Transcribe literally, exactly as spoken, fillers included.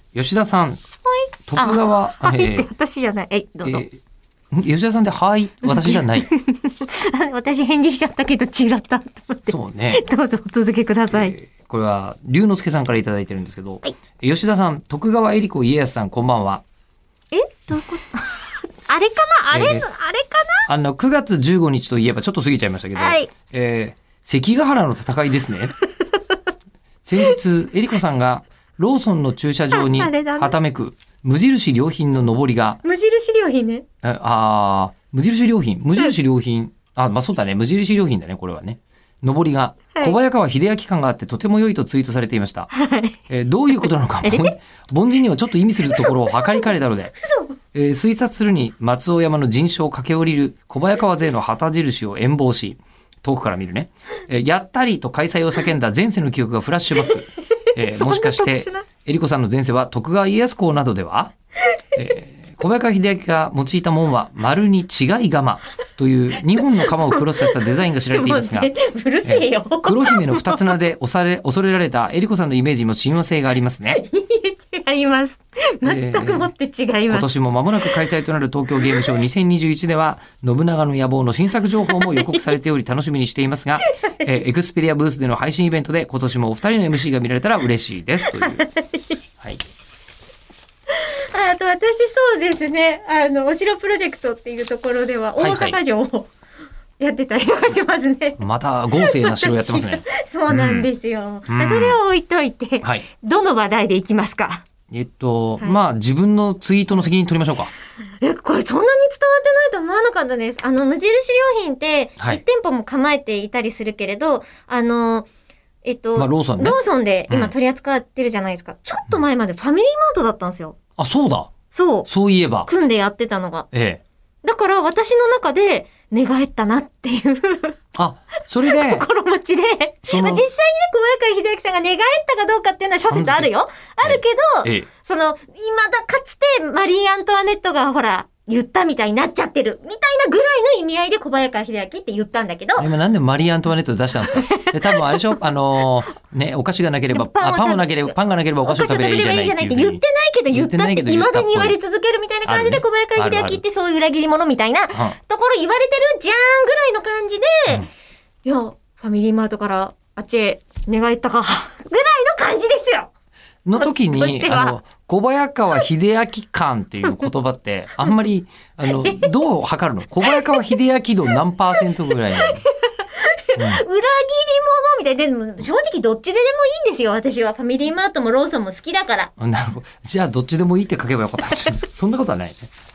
吉田さん、徳川、 あ、はい、 えーって私じゃない。え、どうぞ。 えー吉田さんで、はい、私じゃない。 私返事しちゃったけど違ったと思って。 そうね。 どうぞお続けください。 えーこれは、龍之介さんからいただいてるんですけど、 はい、 吉田さん、徳川恵理子家康さん、こんばんは。 えどういうことあれかなあれ、えー、あれかなあの、くがつじゅうごにちといえばちょっと過ぎちゃいましたけど、 はい、 えー、関ヶ原の戦いですね。先日、恵理子さんがローソンの駐車場にはためく無印良品の上りが、 無印良品ね。 ああ、無印良品、無印良品、うん、あ、まあそうだね、無印良品だね、これはね。上りが、小早川秀明感があってとても良いとツイートされていました。はい、えー、どういうことなのか、凡人にはちょっと意味するところを計りかねたので、えー、推察するに松尾山の陣所を駆け下りる小早川勢の旗印を遠望し、遠くから見るね、えー、やったりと開催を叫んだ前世の記憶がフラッシュバック。えー、もしかして、恵理子さんの前世は徳川家康公などでは、えー小早川秀明が用いた門は丸に違い鎌というにほんの鎌をクロスさせたデザインが知られていますが、 うるせえよ、 えー、黒姫の二つ名で恐れ、恐れられた恵理子さんのイメージも親和性がありますね。 違います。全くもって違います。えー、 今年も間もなく開催となる東京ゲームショーにせんにじゅういちでは信長の野望の新作情報も予告されており楽しみにしていますが、えー、エクスペリアブースでの配信イベントで今年もお二人の エムシー が見られたら嬉しいですという。はい。 あと私そうですね、あのお城プロジェクトっていうところでは大阪城をやってたりとかしますね。はいはい、 また豪勢な城やってますね。 そうなんですよ、うん、それを置いといて、はい、どの話題でいきますか。 えっと、はい、まあ自分のツイートの責任取りましょうか。 え、これそんなに伝わってないと思わなかったです。あの無印良品っていち店舗も構えていたりするけれど、はい、あのえっと、 まあ、ローソンね。 ローソンで今取り扱ってるじゃないですか。うん、ちょっと前までファミリーマートだったんですよ。 あ、そうだ。そう。そういえば。 組んでやってたのが。 ええ。 だから私の中で寝返ったなっていう。 あ、それで。 心持ちで。その実際にね、小早川秀明さんが寝返ったかどうかっていうのは諸説あるよ。あるけど、ええ、その、未だかつてマリー・アントワネットがほら、言ったみたいになっちゃってるみたいなぐらいの意味合いで小早川秀明って言ったんだけど。 今なんでマリー・アントワネット出したんですか。で多分あれでしょ、あのー、ね、お菓子がなければ、パン, あパンもなければ、パンがなければお菓子を食べればいいじゃないって言ってないけど言ったって未だに言われ続けるみたいな感じで小早川秀明ってそういう裏切り者みたいなところ言われてるじゃんぐらいの感じで、うん、いや、ファミリーマートからあっちへ寝返ったか、ぐらいの感じですよ。 の時に、あの、小早川秀明感っていう言葉って、あんまり、あの、どう測るの？小早川秀明度何パーセントぐらいなの？うん、裏切り者みたいで、でも正直どっちででもいいんですよ、私は。ファミリーマートもローソンも好きだから。 なるほど。じゃあどっちでもいいって書けばよかった。そんなことはないね。